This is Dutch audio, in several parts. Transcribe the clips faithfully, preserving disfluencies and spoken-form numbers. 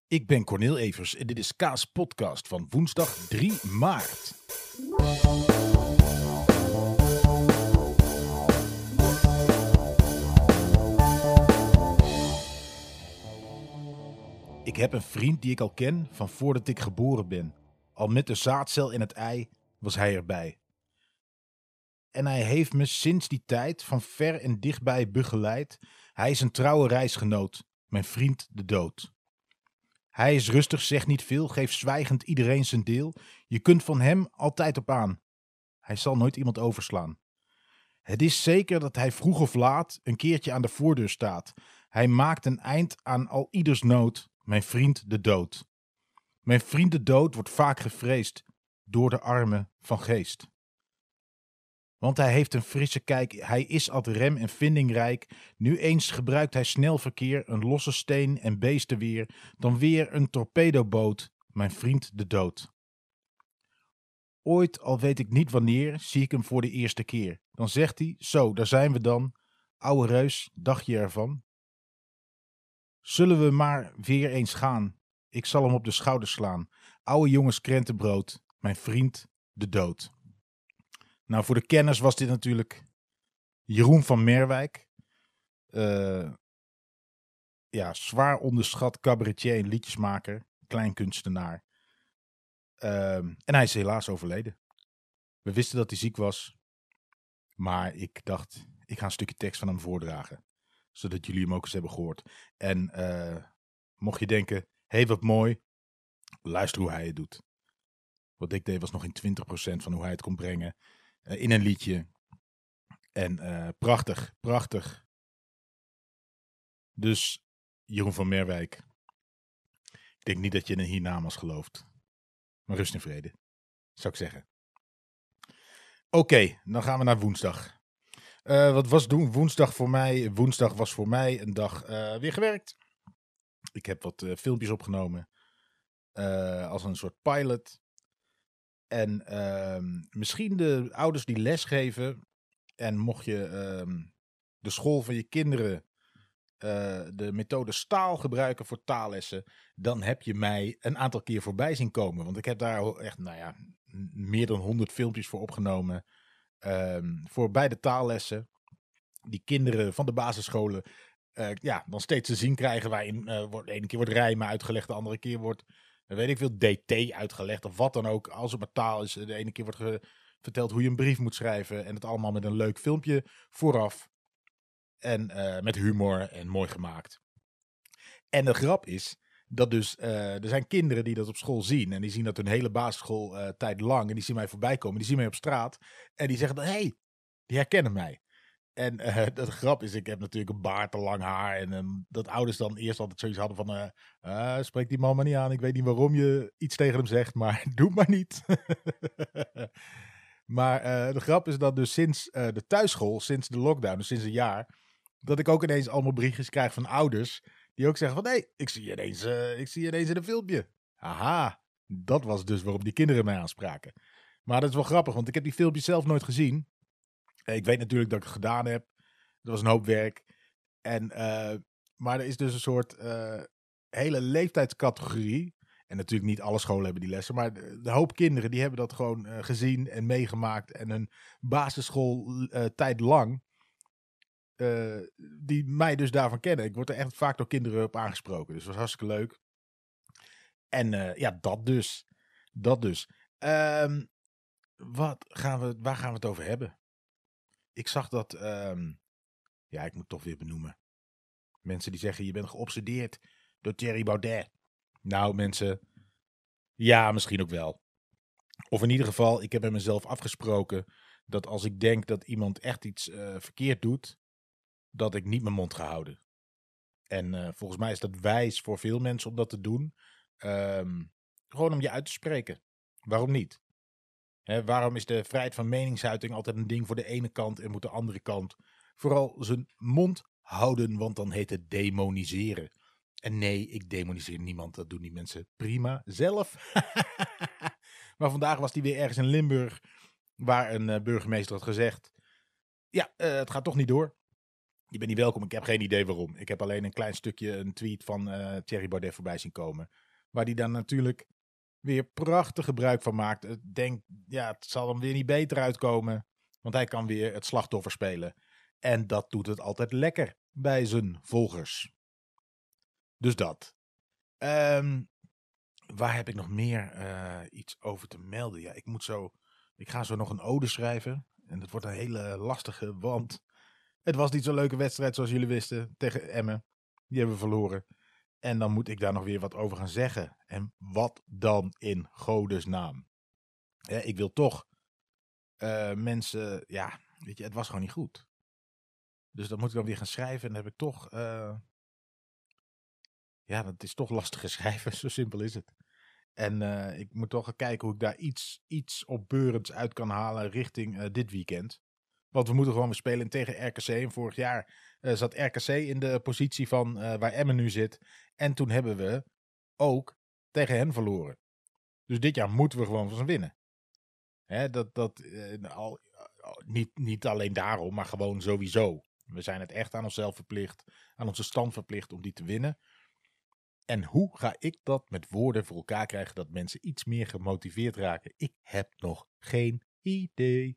Ik ben Cornel Evers en dit is Kaas Podcast van woensdag drie maart. Ik heb een vriend die ik al ken van voordat ik geboren ben. Al met de zaadcel in het ei was hij erbij. En hij heeft me sinds die tijd van ver en dichtbij begeleid. Hij is een trouwe reisgenoot, mijn vriend de dood. Hij is rustig, zegt niet veel, geeft zwijgend iedereen zijn deel. Je kunt van hem altijd op aan. Hij zal nooit iemand overslaan. Het is zeker dat hij vroeg of laat een keertje aan de voordeur staat. Hij maakt een eind aan al ieders nood, mijn vriend de dood. Mijn vriend de dood wordt vaak gevreesd door de armen van geest. Want hij heeft een frisse kijk, hij is ad rem en vindingrijk. Nu eens gebruikt hij snel verkeer, een losse steen en beesten weer. Dan weer een torpedoboot, mijn vriend de dood. Ooit, al weet ik niet wanneer, zie ik hem voor de eerste keer. Dan zegt hij, zo, daar zijn we dan. Oude reus, dacht je ervan? Zullen we maar weer eens gaan? Ik zal hem op de schouder slaan. Oude jongens krentenbrood, mijn vriend de dood. Nou, voor de kenners was dit natuurlijk Jeroen van Merwijk. Uh, ja, zwaar onderschat cabaretier en liedjesmaker, kleinkunstenaar. Uh, en hij is helaas overleden. We wisten dat hij ziek was. Maar ik dacht, ik ga een stukje tekst van hem voordragen. Zodat jullie hem ook eens hebben gehoord. En uh, mocht je denken, hé hey, wat mooi. Luister hoe hij het doet. Wat ik deed was nog in twintig procent van hoe hij het kon brengen. Uh, in een liedje. En uh, prachtig, prachtig. Dus Jeroen van Merwijk. Ik denk niet dat je in een hiernamaals gelooft. Maar rust in vrede. Zou ik zeggen. Oké, okay, dan gaan we naar woensdag. Uh, wat was doen? Woensdag voor mij? Woensdag was voor mij een dag uh, weer gewerkt. Ik heb wat uh, filmpjes opgenomen. Uh, als een soort pilot. En uh, misschien de ouders die lesgeven. En mocht je uh, de school van je kinderen uh, de methode staal gebruiken voor taallessen. Dan heb je mij een aantal keer voorbij zien komen. Want ik heb daar echt, nou ja, meer dan honderd filmpjes voor opgenomen. Uh, voor beide taallessen. Die kinderen van de basisscholen uh, ja, dan steeds te zien krijgen. Waarin uh, wordt, de ene keer wordt rijmen uitgelegd. De andere keer wordt, uh, weet ik veel, D T uitgelegd. Of wat dan ook. Als het maar taal is. De ene keer wordt ge- verteld hoe je een brief moet schrijven. En het allemaal met een leuk filmpje vooraf. En uh, met humor en mooi gemaakt. En de grap is dat dus, uh, er zijn kinderen die dat op school zien. En die zien dat hun hele basisschool uh, tijd lang. En die zien mij voorbij komen. Die zien mij op straat. En die zeggen dan, hé, hey, die herkennen mij. En uh, de grap is, ik heb natuurlijk een baard en lang haar. En um, dat ouders dan eerst altijd zoiets hadden van, uh, uh, spreek die man maar niet aan. Ik weet niet waarom je iets tegen hem zegt, maar doe maar niet. Maar uh, de grap is dat dus sinds uh, de thuisschool, sinds de lockdown, dus sinds een jaar, dat ik ook ineens allemaal berichtjes krijg van ouders die ook zeggen van, hé, hey, ik zie je ineens, uh, ik zie je ineens in een filmpje. Aha, dat was dus waarom die kinderen mij aanspraken. Maar dat is wel grappig, want ik heb die filmpjes zelf nooit gezien. Ik weet natuurlijk dat ik het gedaan heb. Dat was een hoop werk. En, uh, maar er is dus een soort uh, hele leeftijdscategorie. En natuurlijk niet alle scholen hebben die lessen. Maar de, de hoop kinderen die hebben dat gewoon uh, gezien en meegemaakt. En hun basisschooltijd uh, lang. Uh, die mij dus daarvan kennen. Ik word er echt vaak door kinderen op aangesproken. Dus dat was hartstikke leuk. En uh, ja, dat dus. Dat dus. Um, wat gaan we, waar gaan we het over hebben? Ik zag dat, um, ja, ik moet toch weer benoemen. Mensen die zeggen, je bent geobsedeerd door Thierry Baudet. Nou, mensen, ja, misschien ook wel. Of in ieder geval, ik heb met mezelf afgesproken dat als ik denk dat iemand echt iets uh, verkeerd doet, dat ik niet mijn mond ga houden. En uh, volgens mij is dat wijs voor veel mensen om dat te doen. Um, gewoon om je uit te spreken. Waarom niet? He, waarom is de vrijheid van meningsuiting altijd een ding voor de ene kant en moet de andere kant vooral zijn mond houden, want dan heet het demoniseren. En nee, ik demoniseer niemand, dat doen die mensen prima zelf. Maar vandaag was hij weer ergens in Limburg, waar een uh, burgemeester had gezegd, ja, uh, het gaat toch niet door. Je bent niet welkom, ik heb geen idee waarom. Ik heb alleen een klein stukje, een tweet van uh, Thierry Baudet voorbij zien komen. Waar die dan natuurlijk weer prachtig gebruik van maakt. Ik denk, ja, het zal hem weer niet beter uitkomen. Want hij kan weer het slachtoffer spelen. En dat doet het altijd lekker bij zijn volgers. Dus dat. Um, waar heb ik nog meer uh, iets over te melden? Ja, ik moet zo... Ik ga zo nog een ode schrijven. En dat wordt een hele lastige, want... Het was niet zo'n leuke wedstrijd zoals jullie wisten tegen Emmen. Die hebben we verloren. En dan moet ik daar nog weer wat over gaan zeggen. En wat dan in godesnaam? Ja, ik wil toch uh, mensen... Ja, weet je, het was gewoon niet goed. Dus dat moet ik dan weer gaan schrijven. En dan heb ik toch... Uh, ja, dat is toch lastig schrijven. Zo simpel is het. En uh, ik moet toch gaan kijken hoe ik daar iets, iets opbeurends uit kan halen richting uh, dit weekend. Want we moeten gewoon weer spelen tegen R K C. En vorig jaar uh, zat R K C in de positie van uh, waar Emmen nu zit. En toen hebben we ook tegen hen verloren. Dus dit jaar moeten we gewoon van ze winnen. Hè, dat, dat, uh, al, uh, niet, niet alleen daarom, maar gewoon sowieso. We zijn het echt aan onszelf verplicht, aan onze stand verplicht om die te winnen. En hoe ga ik dat met woorden voor elkaar krijgen dat mensen iets meer gemotiveerd raken? Ik heb nog geen idee.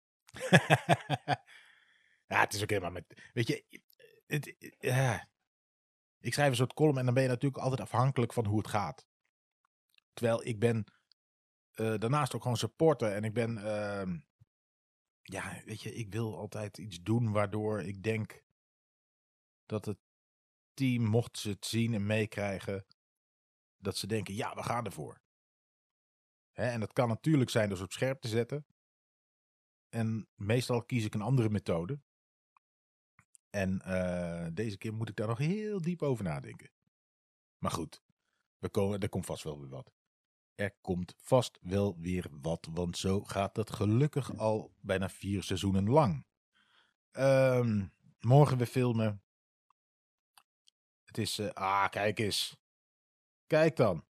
Ja, het is ook helemaal met... Weet je, het, ja. Ik schrijf een soort column en dan ben je natuurlijk altijd afhankelijk van hoe het gaat. Terwijl ik ben uh, daarnaast ook gewoon supporter en ik ben... Uh, ja, weet je, ik wil altijd iets doen waardoor ik denk dat het team, mocht ze het zien en meekrijgen, dat ze denken, ja, we gaan ervoor. Hè, en dat kan natuurlijk zijn door ze op scherp te zetten. En meestal kies ik een andere methode. En uh, deze keer moet ik daar nog heel diep over nadenken. Maar goed, we komen, er komt vast wel weer wat. Er komt vast wel weer wat, want zo gaat het gelukkig al bijna vier seizoenen lang. Um, morgen weer filmen. Het is, uh, ah, kijk eens. Kijk dan.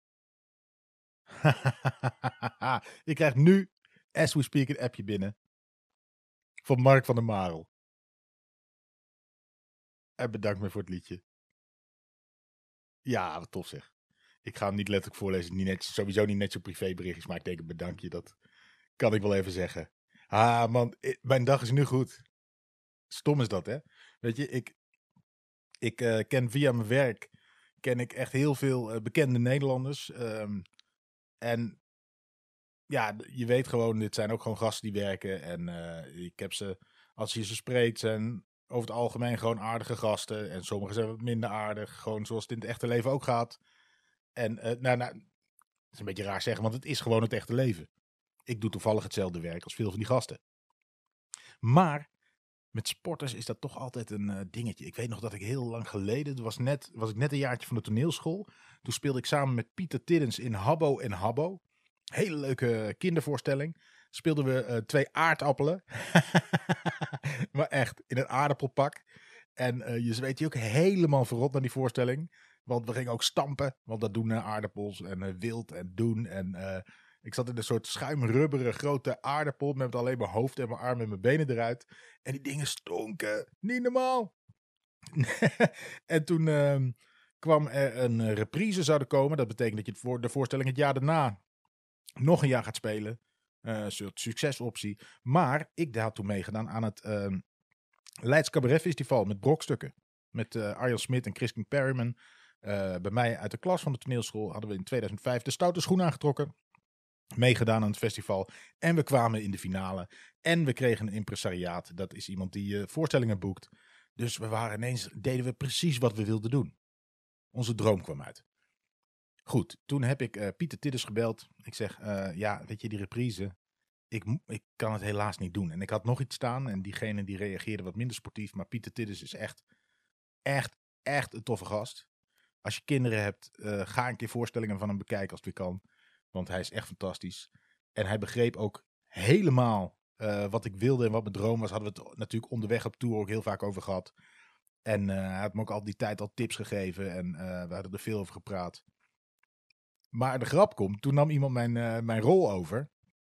Ik krijg nu, as we speak, een appje binnen. Van Mark van der Marel. En bedankt me voor het liedje. Ja, wat tof zeg. Ik ga hem niet letterlijk voorlezen. Niet net, sowieso niet net zo'n privéberichtjes, maar ik denk een bedankje. Dat kan ik wel even zeggen. Ah man, mijn dag is nu goed. Stom is dat, hè? Weet je, ik, ik uh, ken via mijn werk... ken ik echt heel veel uh, bekende Nederlanders. Um, en ja, je weet gewoon, dit zijn ook gewoon gasten die werken. En uh, ik heb ze, als je ze spreekt, zijn over het algemeen gewoon aardige gasten. En sommigen zijn wat minder aardig. Gewoon zoals het in het echte leven ook gaat. En uh, nou, nou, dat is een beetje raar zeggen, want het is gewoon het echte leven. Ik doe toevallig hetzelfde werk als veel van die gasten. Maar met sporters is dat toch altijd een uh, dingetje. Ik weet nog dat ik heel lang geleden, was, net, was ik net een jaartje van de toneelschool. Toen speelde ik samen met Pieter Tiddens in Habbo en Habbo. Hele leuke kindervoorstelling. Speelden we uh, twee aardappelen. Maar echt, in een aardappelpak. En uh, je zweet je ook helemaal verrot naar die voorstelling. Want we gingen ook stampen. Want dat doen uh, aardappels en uh, wild en doen. En uh, ik zat in een soort schuimrubberen grote aardappel. Met alleen mijn hoofd en mijn armen en mijn benen eruit. En die dingen stonken. Niet normaal. En toen uh, kwam er een reprise zouden komen. Dat betekent dat je het voor de voorstelling het jaar daarna nog een jaar gaat spelen. Uh, een soort succesoptie. Maar ik had toen meegedaan aan het uh, Leids Cabaret Festival met brokstukken. Met uh, Arjan Smit en Christine Perryman. Uh, bij mij uit de klas van de toneelschool hadden we in tweeduizend vijf de stoute schoen aangetrokken. Meegedaan aan het festival. En we kwamen in de finale. En we kregen een impresariaat. Dat is iemand die uh, voorstellingen boekt. Dus we waren ineens, deden we precies wat we wilden doen. Onze droom kwam uit. Goed, toen heb ik uh, Pieter Tiddens gebeld. Ik zeg, uh, ja, weet je, die reprise, ik, ik kan het helaas niet doen. En ik had nog iets staan en diegene die reageerde wat minder sportief. Maar Pieter Tiddens is echt, echt, echt een toffe gast. Als je kinderen hebt, uh, ga een keer voorstellingen van hem bekijken als het weer kan. Want hij is echt fantastisch. En hij begreep ook helemaal uh, wat ik wilde en wat mijn droom was. Hadden we het natuurlijk onderweg op tour ook heel vaak over gehad. En uh, hij had me ook al die tijd al tips gegeven. En uh, we hadden er veel over gepraat. Maar de grap komt, toen nam iemand mijn, uh, mijn rol over.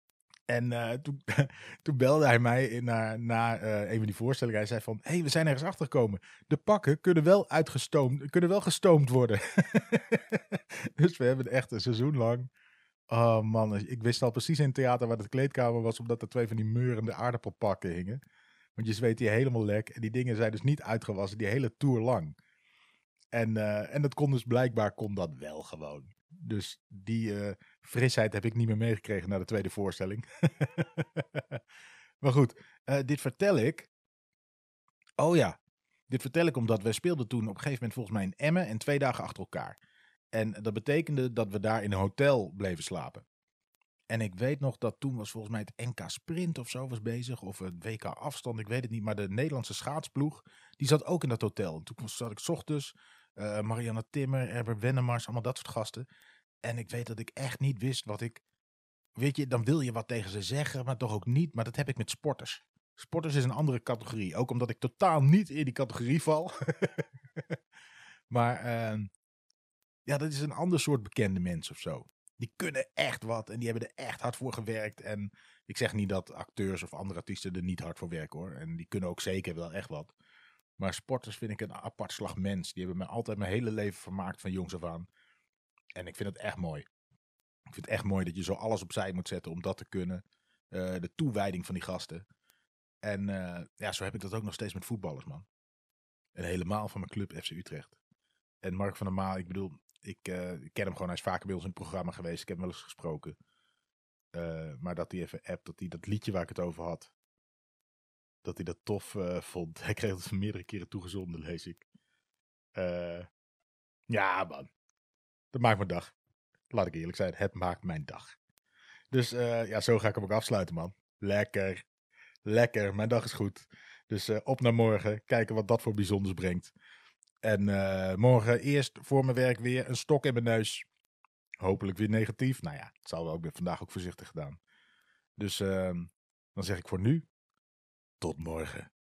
En uh, toen, toen belde hij mij in, na, na uh, een van die voorstellingen. Hij zei van, hé, hey, we zijn ergens achtergekomen. De pakken kunnen wel uitgestoomd, kunnen wel gestoomd worden. Dus we hebben echt een seizoen lang... Oh man, ik wist al precies in het theater waar de kleedkamer was, omdat er twee van die meurende aardappelpakken hingen. Want je zweet die helemaal lek. En die dingen zijn dus niet uitgewassen, die hele tour lang. En, uh, en dat kon dus blijkbaar kon dat wel gewoon. Dus die uh, frisheid heb ik niet meer meegekregen na de tweede voorstelling. Maar goed, uh, dit vertel ik. Oh ja, dit vertel ik omdat we speelden toen op een gegeven moment volgens mij in Emmen en twee dagen achter elkaar. En dat betekende dat we daar in een hotel bleven slapen. En ik weet nog dat toen was volgens mij het N K Sprint of zo was bezig. Of het W K afstand, ik weet het niet. Maar de Nederlandse schaatsploeg, die zat ook in dat hotel. En toen zat ik 's ochtends, uh, Marianne Timmer, Herbert Wennemars, allemaal dat soort gasten. En ik weet dat ik echt niet wist wat ik... Weet je, dan wil je wat tegen ze zeggen, maar toch ook niet. Maar dat heb ik met sporters. Sporters is een andere categorie. Ook omdat ik totaal niet in die categorie val. Maar uh, ja, dat is een ander soort bekende mens of zo. Die kunnen echt wat en die hebben er echt hard voor gewerkt. En ik zeg niet dat acteurs of andere artiesten er niet hard voor werken hoor. En die kunnen ook zeker wel echt wat. Maar sporters vind ik een apart slag mens. Die hebben me altijd mijn hele leven vermaakt van jongs af aan. En ik vind het echt mooi. Ik vind het echt mooi dat je zo alles opzij moet zetten om dat te kunnen. Uh, de toewijding van die gasten. En uh, ja, zo heb ik dat ook nog steeds met voetballers, man. En helemaal van mijn club F C Utrecht. En Mark van der Maal, ik bedoel, ik, uh, ik ken hem gewoon, hij is vaker bij ons in het programma geweest. Ik heb hem wel eens gesproken. Uh, maar dat hij even appt, dat hij dat liedje waar ik het over had, dat hij dat tof uh, vond. Hij kreeg het meerdere keren toegezonden, lees ik. Uh, ja, man. Dat maakt mijn dag. Laat ik eerlijk zijn, het maakt mijn dag. Dus uh, ja, zo ga ik hem ook afsluiten, man. Lekker. Lekker, mijn dag is goed. Dus uh, op naar morgen, kijken wat dat voor bijzonders brengt. En uh, morgen eerst voor mijn werk weer een stok in mijn neus. Hopelijk weer negatief. Nou ja, het zal wel. Ik ben vandaag ook voorzichtig gedaan. Dus uh, dan zeg ik voor nu, tot morgen.